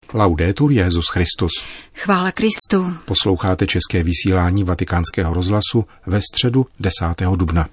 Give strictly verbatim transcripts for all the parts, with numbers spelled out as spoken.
Laudetur Jesus Christus. Chvála Kristu. Posloucháte české vysílání Vatikánského rozhlasu ve středu desátého dubna.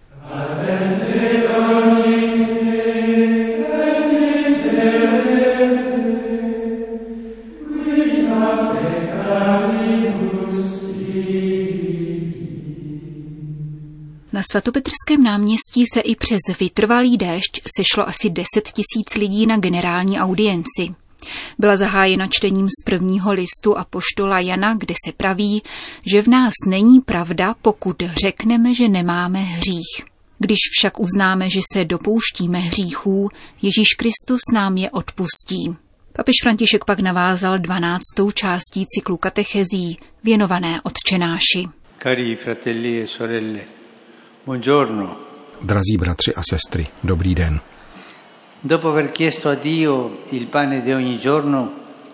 Na svatopetrském náměstí se i přes vytrvalý déšť sešlo asi deset tisíc lidí na generální audienci. Byla zahájena čtením z prvního listu apoštola Jana, kde se praví, že v nás není pravda, pokud řekneme, že nemáme hřích. Když však uznáme, že se dopouštíme hříchů, Ježíš Kristus nám je odpustí. Papež František pak navázal dvanáctou částí cyklu katechezí věnované Otčenáši. Cari fratelli e sorelle, buongiorno. Drazí bratři a sestry, dobrý den. Dopo aver chiesto a Dio il pane di ogni giorno,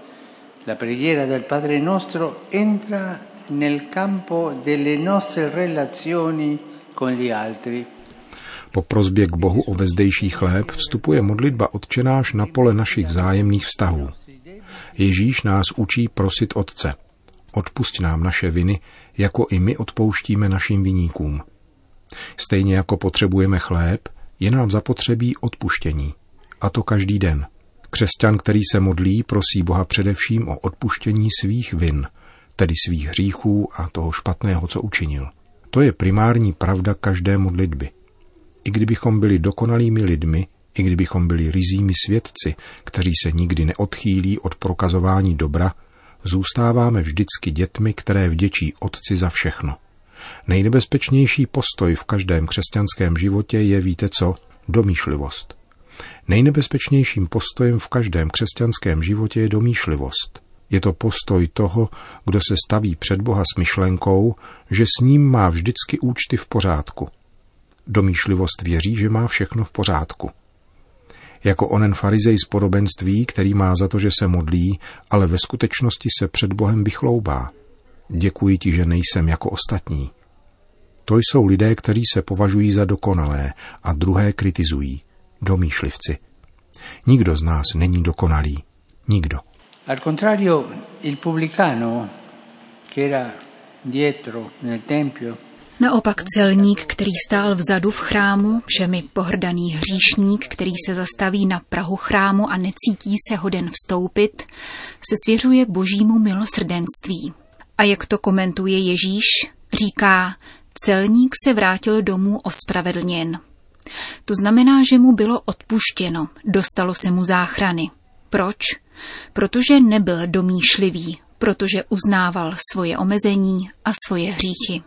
la preghiera del Padre nostro entra nel campo delle nostre relazioni con gli altri. Po prosbě k Bohu o vezdejší chléb vstupuje modlitba Otčenáš na pole našich vzájemných vztahů. Ježíš nás učí prosit Otce. Odpusť nám naše viny, jako i my odpouštíme našim viníkům. Stejně jako potřebujeme chléb, je nám zapotřebí odpuštění. A to každý den. Křesťan, který se modlí, prosí Boha především o odpuštění svých vin, tedy svých hříchů a toho špatného, co učinil. To je primární pravda každé modlitby. I kdybychom byli dokonalými lidmi, i kdybychom byli ryzími svědci, kteří se nikdy neodchýlí od prokazování dobra, zůstáváme vždycky dětmi, které vděčí Otci za všechno. Nejnebezpečnější postoj v každém křesťanském životě je, víte co, domýšlivost. Nejnebezpečnějším postojem v každém křesťanském životě je domýšlivost. Je to postoj toho, kdo se staví před Boha s myšlenkou, že s ním má vždycky účty v pořádku. Domýšlivost věří, že má všechno v pořádku. Jako onen farizej z podobenství, který má za to, že se modlí, ale ve skutečnosti se před Bohem vychloubá. Děkuji ti, že nejsem jako ostatní. To jsou lidé, kteří se považují za dokonalé a druhé kritizují. Domýšlivci. Nikdo z nás není dokonalý. Nikdo. Al contrario, il pubblicano, che era dietro nel tempio, Naopak celník, který stál vzadu v chrámu, všemi pohrdaný hříšník, který se zastaví na prahu chrámu a necítí se hoden vstoupit, se svěřuje božímu milosrdenství. A jak to komentuje Ježíš, říká, celník se vrátil domů ospravedlněn. To znamená, že mu bylo odpuštěno, dostalo se mu záchrany. Proč? Protože nebyl domýšlivý, protože uznával svoje omezení a svoje hříchy.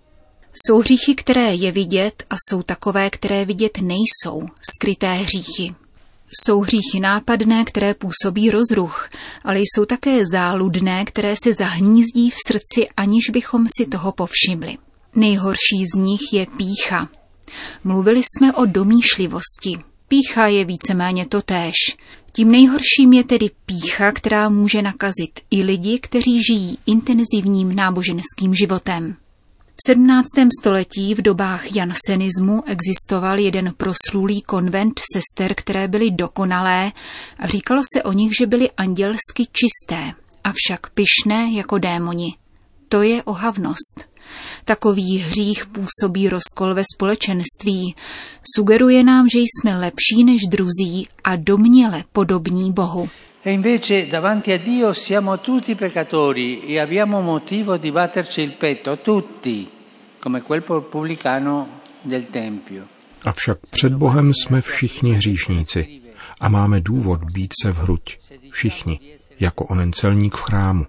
Jsou hříchy, které je vidět, a jsou takové, které vidět nejsou, skryté hříchy. Jsou hříchy nápadné, které působí rozruch, ale jsou také záludné, které se zahnízdí v srdci, aniž bychom si toho povšimli. Nejhorší z nich je pýcha. Mluvili jsme o domýšlivosti. Pýcha je víceméně totéž. Tím nejhorším je tedy pýcha, která může nakazit i lidi, kteří žijí intenzivním náboženským životem. V sedmnáctém století v dobách jansenismu existoval jeden proslulý konvent sester, které byly dokonalé a říkalo se o nich, že byly andělsky čisté, avšak pyšné jako démoni. To je ohavnost. Takový hřích působí rozkol ve společenství. Sugeruje nám, že jsme lepší než druzí a domněle podobní Bohu. E invece davanti a Dio siamo tutti peccatori e abbiamo motivo di batterci il petto, tutti, come quel pubblicano del tempio. Avšak před Bohem jsme všichni hříšníci a máme důvod být se v hruď. Všichni, jako onen celník v chrámu.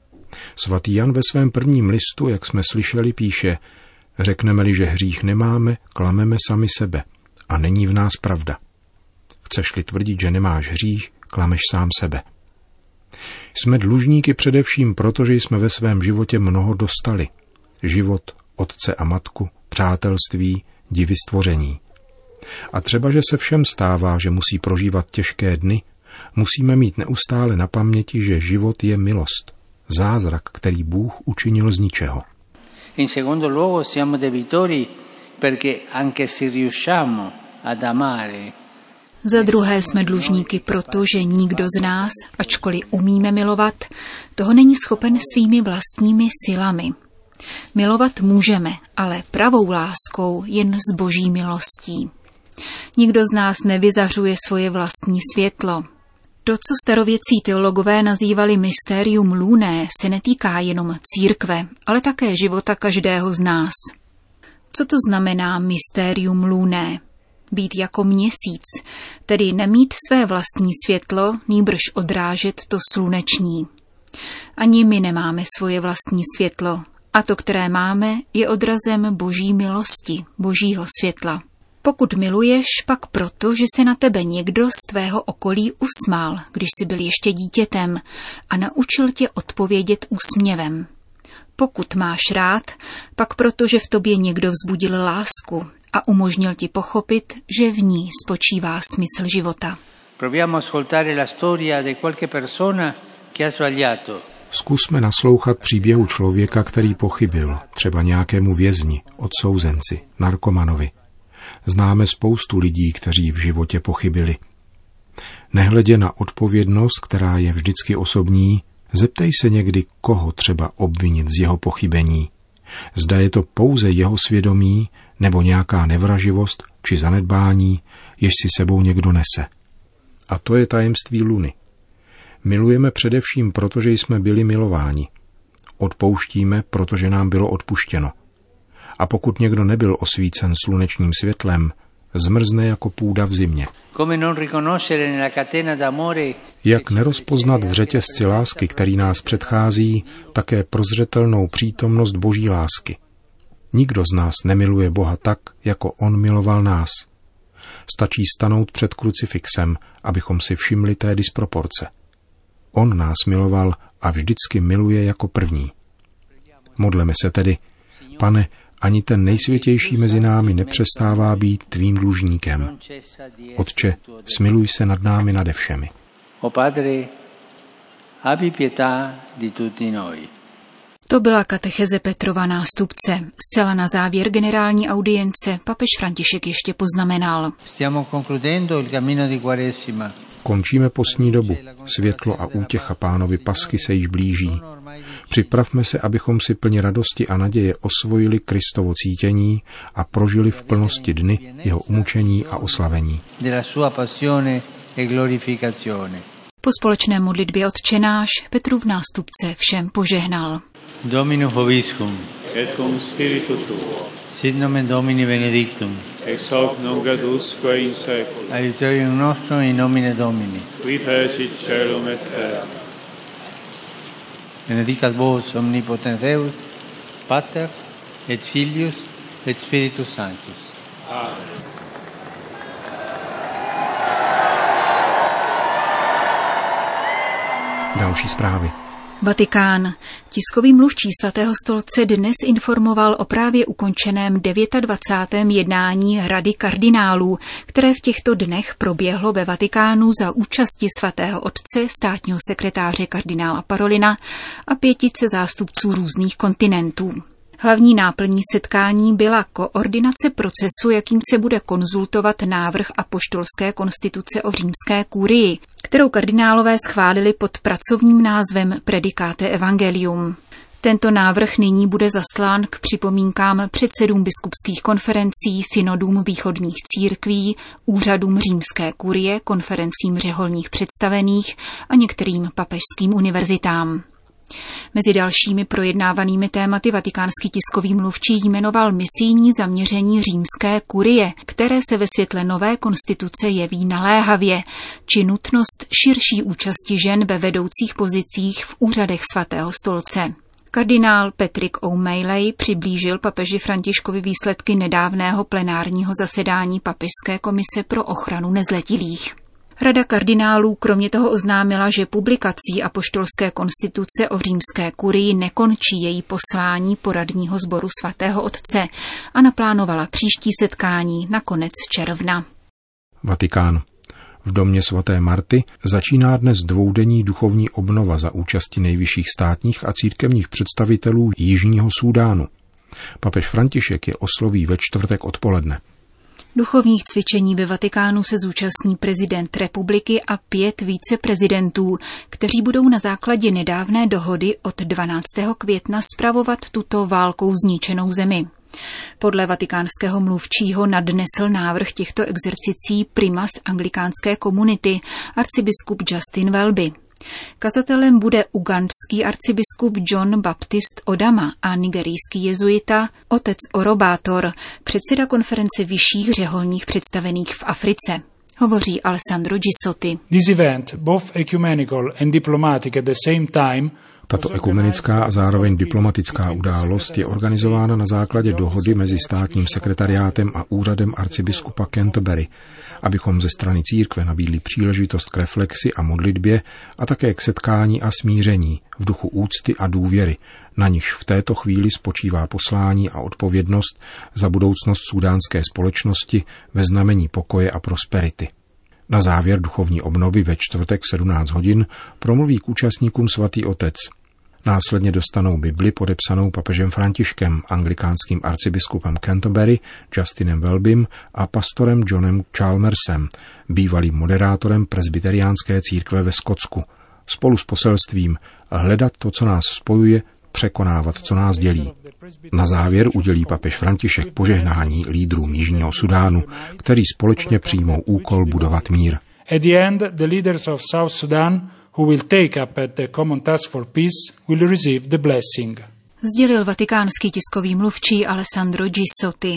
Svatý Jan ve svém prvním listu, jak jsme slyšeli, píše, řekneme-li, že hřích nemáme, klameme sami sebe a není v nás pravda. Chceš-li tvrdit, že nemáš hřích, klameš sám sebe. Jsme dlužníky především proto, že jsme ve svém životě mnoho dostali. Život, otce a matku, přátelství, divy stvoření. A třeba, že se všem stává, že musí prožívat těžké dny, musíme mít neustále na paměti, že život je milost. Zázrak, který Bůh učinil z ničeho. In secondo luogo siamo debitori perché anche se riusciamo ad amare. Za druhé jsme dlužníky proto, že nikdo z nás, ačkoliv umíme milovat, toho není schopen svými vlastními silami. Milovat můžeme, ale pravou láskou jen z boží milostí. Nikdo z nás nevyzařuje svoje vlastní světlo. To, co starověcí teologové nazývali mysterium luné, se netýká jenom církve, ale také života každého z nás. Co to znamená mysterium luné? Být jako měsíc, tedy nemít své vlastní světlo, nýbrž odrážet to sluneční. Ani my nemáme svoje vlastní světlo, a to, které máme, je odrazem boží milosti, božího světla. Pokud miluješ, pak proto, že se na tebe někdo z tvého okolí usmál, když jsi byl ještě dítětem a naučil tě odpovědět úsměvem. Pokud máš rád, pak proto, že v tobě někdo vzbudil lásku a umožnil ti pochopit, že v ní spočívá smysl života. Proviamo ascoltare la storia di qualche persona che ha sbagliato. Zkusme naslouchat příběhu člověka, který pochybil, třeba nějakému vězni, odsouzenci, narkomanovi. Známe spoustu lidí, kteří v životě pochybili. Nehledě na odpovědnost, která je vždycky osobní, zeptej se někdy, koho třeba obvinit z jeho pochybení. Zda je to pouze jeho svědomí, nebo nějaká nevraživost či zanedbání, jež si sebou někdo nese. A to je tajemství luny. Milujeme především proto, že jsme byli milováni. Odpouštíme, protože nám bylo odpuštěno. A pokud někdo nebyl osvícen slunečním světlem, zmrzne jako půda v zimě. Jak nerozpoznat v řetězci lásky, který nás předchází, také prozřetelnou přítomnost boží lásky. Nikdo z nás nemiluje Boha tak, jako on miloval nás. Stačí stanout před krucifixem, abychom si všimli té disproporce. On nás miloval a vždycky miluje jako první. Modleme se tedy, Pane, ani ten nejsvětější mezi námi nepřestává být tvým dlužníkem. Otče, smiluj se nad námi nade všemi. O Padre, abbi pietà di tutti noi. To byla katecheze Petrova nástupce. Zcela na závěr generální audience papež František ještě poznamenal. Stiamo concludendo il cammino di Quaresima. Končíme postní dobu. Světlo a útěcha Pánovy paschy se již blíží. Připravme se, abychom si plně radosti a naděje osvojili Kristovo cítění a prožili v plnosti dny jeho umučení a oslavení. Po společné modlitbě Otčenáš Petrův nástupce všem požehnal. Dominus vobiscum. Et cum spiritu tuo. Sit nomen Domini benedictum. Ex hoc nunc et usque in saeculum. Aiuterium nostrum in nomine Domini. Qui fecit caelum et terra. Benedicat vos omnipotens Deus, Pater et Filius et Spiritus Sanctus. Amen. Další zprávy. Vatikán. Tiskový mluvčí Svatého stolce dnes informoval o právě ukončeném dvacátém devátém jednání Rady kardinálů, které v těchto dnech proběhlo ve Vatikánu za účasti Svatého otce, státního sekretáře kardinála Parolina a pětice zástupců různých kontinentů. Hlavní náplní setkání byla koordinace procesu, jakým se bude konzultovat návrh apoštolské konstituce o římské kurii, kterou kardinálové schválili pod pracovním názvem Predicate Evangelium. Tento návrh nyní bude zaslán k připomínkám předsedům biskupských konferencí, synodům východních církví, úřadům římské kurie, konferencím řeholních představených a některým papežským univerzitám. Mezi dalšími projednávanými tématy vatikánský tiskový mluvčí jmenoval misijní zaměření římské kurie, které se ve světle nové konstituce jeví naléhavě, či nutnost širší účasti žen ve vedoucích pozicích v úřadech Svatého stolce. Kardinál Patrick O'Malley přiblížil papeži Františkovi výsledky nedávného plenárního zasedání Papežské komise pro ochranu nezletilých. Rada kardinálů kromě toho oznámila, že publikací apoštolské konstituce o římské kurii nekončí její poslání poradního sboru Svatého otce a naplánovala příští setkání na konec června. Vatikán. V domě svaté Marty začíná dnes dvoudenní duchovní obnova za účasti nejvyšších státních a církevních představitelů Jižního Súdánu. Papež František je osloví ve čtvrtek odpoledne. Duchovních cvičení ve Vatikánu se zúčastní prezident republiky a pět viceprezidentů, kteří budou na základě nedávné dohody od dvanáctého května spravovat tuto válkou zničenou zemi. Podle vatikánského mluvčího nadnesl návrh těchto exercicí primas anglikánské komunity, arcibiskup Justin Welby. Kazatelem bude ugandský arcibiskup John Baptist Odama a nigerijský jezuita otec Orobátor, předseda konference vyšších řeholních představených v Africe. Hovoří Alessandro Gisotti. This event, both ecumenical and diplomatic at the same time, Tato ekumenická a zároveň diplomatická událost je organizována na základě dohody mezi státním sekretariátem a úřadem arcibiskupa Canterbury, abychom ze strany církve nabídli příležitost k reflexi a modlitbě a také k setkání a smíření v duchu úcty a důvěry, na nichž v této chvíli spočívá poslání a odpovědnost za budoucnost súdánské společnosti ve znamení pokoje a prosperity. Na závěr duchovní obnovy ve čtvrtek v sedmnáct hodin promluví k účastníkům svatý otec. Následně dostanou Bibli podepsanou papežem Františkem, anglikánským arcibiskupem Canterbury, Justinem Welbym a pastorem Johnem Chalmersem, bývalým moderátorem presbyteriánské církve ve Skotsku, spolu s poselstvím hledat to, co nás spojuje, překonávat, co nás dělí. Na závěr udělí papež František požehnání lídrům Jižního Sudánu, který společně přijmou úkol budovat mír. At the end, the leaders of South Sudan, who will take up at the Common Task for Peace, will receive the blessing. Sdělil vatikánský tiskový mluvčí Alessandro Gisotti.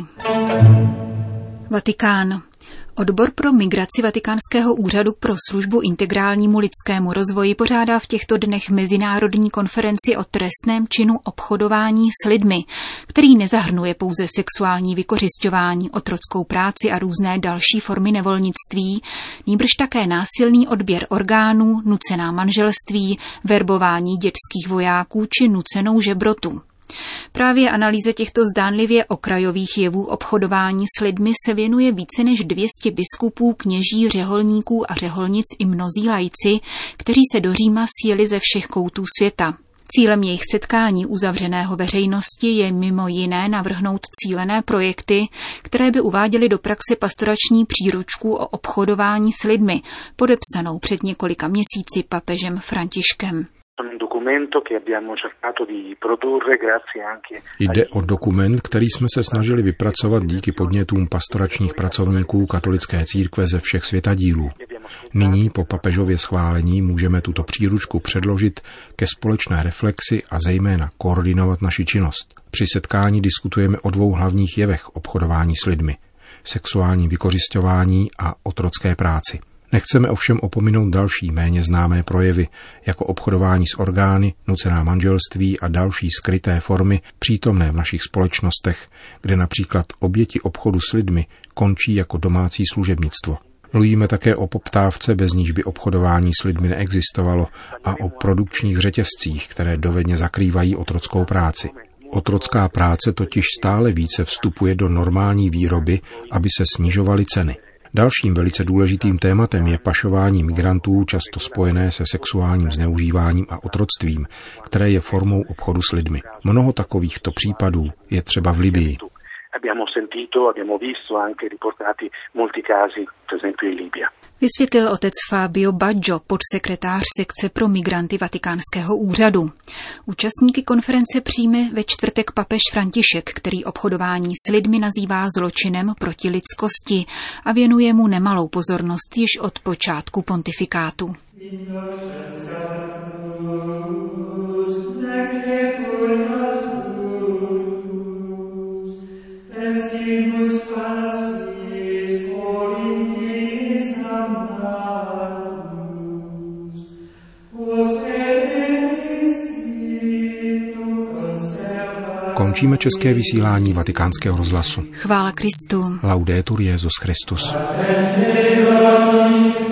Vatikán. Odbor pro migraci Vatikánského úřadu pro službu integrálnímu lidskému rozvoji pořádá v těchto dnech mezinárodní konferenci o trestném činu obchodování s lidmi, který nezahrnuje pouze sexuální vykořisťování, otrockou práci a různé další formy nevolnictví, nýbrž také násilný odběr orgánů, nucená manželství, verbování dětských vojáků či nucenou žebrotu. Právě analýze těchto zdánlivě okrajových jevů obchodování s lidmi se věnuje více než dvě stě biskupů, kněží, řeholníků a řeholnic i mnozí laici, kteří se do Říma sjeli ze všech koutů světa. Cílem jejich setkání uzavřeného veřejnosti je mimo jiné navrhnout cílené projekty, které by uváděly do praxe pastorační příručku o obchodování s lidmi, podepsanou před několika měsíci papežem Františkem. Jde o dokument, který jsme se snažili vypracovat díky podnětům pastoračních pracovníků katolické církve ze všech světadílů. Nyní po papežově schválení můžeme tuto příručku předložit ke společné reflexi a zejména koordinovat naši činnost. Při setkání diskutujeme o dvou hlavních jevech obchodování s lidmi: sexuální vykořisťování a otrocké práci. Nechceme ovšem opominout další méně známé projevy, jako obchodování s orgány, nucená manželství a další skryté formy přítomné v našich společnostech, kde například oběti obchodu s lidmi končí jako domácí služebnictvo. Mluvíme také o poptávce, bez níž by obchodování s lidmi neexistovalo, a o produkčních řetězcích, které dovedně zakrývají otrockou práci. Otrocká práce totiž stále více vstupuje do normální výroby, aby se snižovaly ceny. Dalším velice důležitým tématem je pašování migrantů, často spojené se sexuálním zneužíváním a otroctvím, které je formou obchodu s lidmi. Mnoho takovýchto případů je třeba v Libyi. Vysvětlil otec Fabio Baggio, podsekretář sekce pro migranty Vatikánského úřadu. Účastníky konference přijme ve čtvrtek papež František, který obchodování s lidmi nazývá zločinem proti lidskosti a věnuje mu nemalou pozornost již od počátku pontifikátu. Končíme české vysílání Vatikánského rozhlasu. Chvála Kristu. Laudetur Jesus Christus.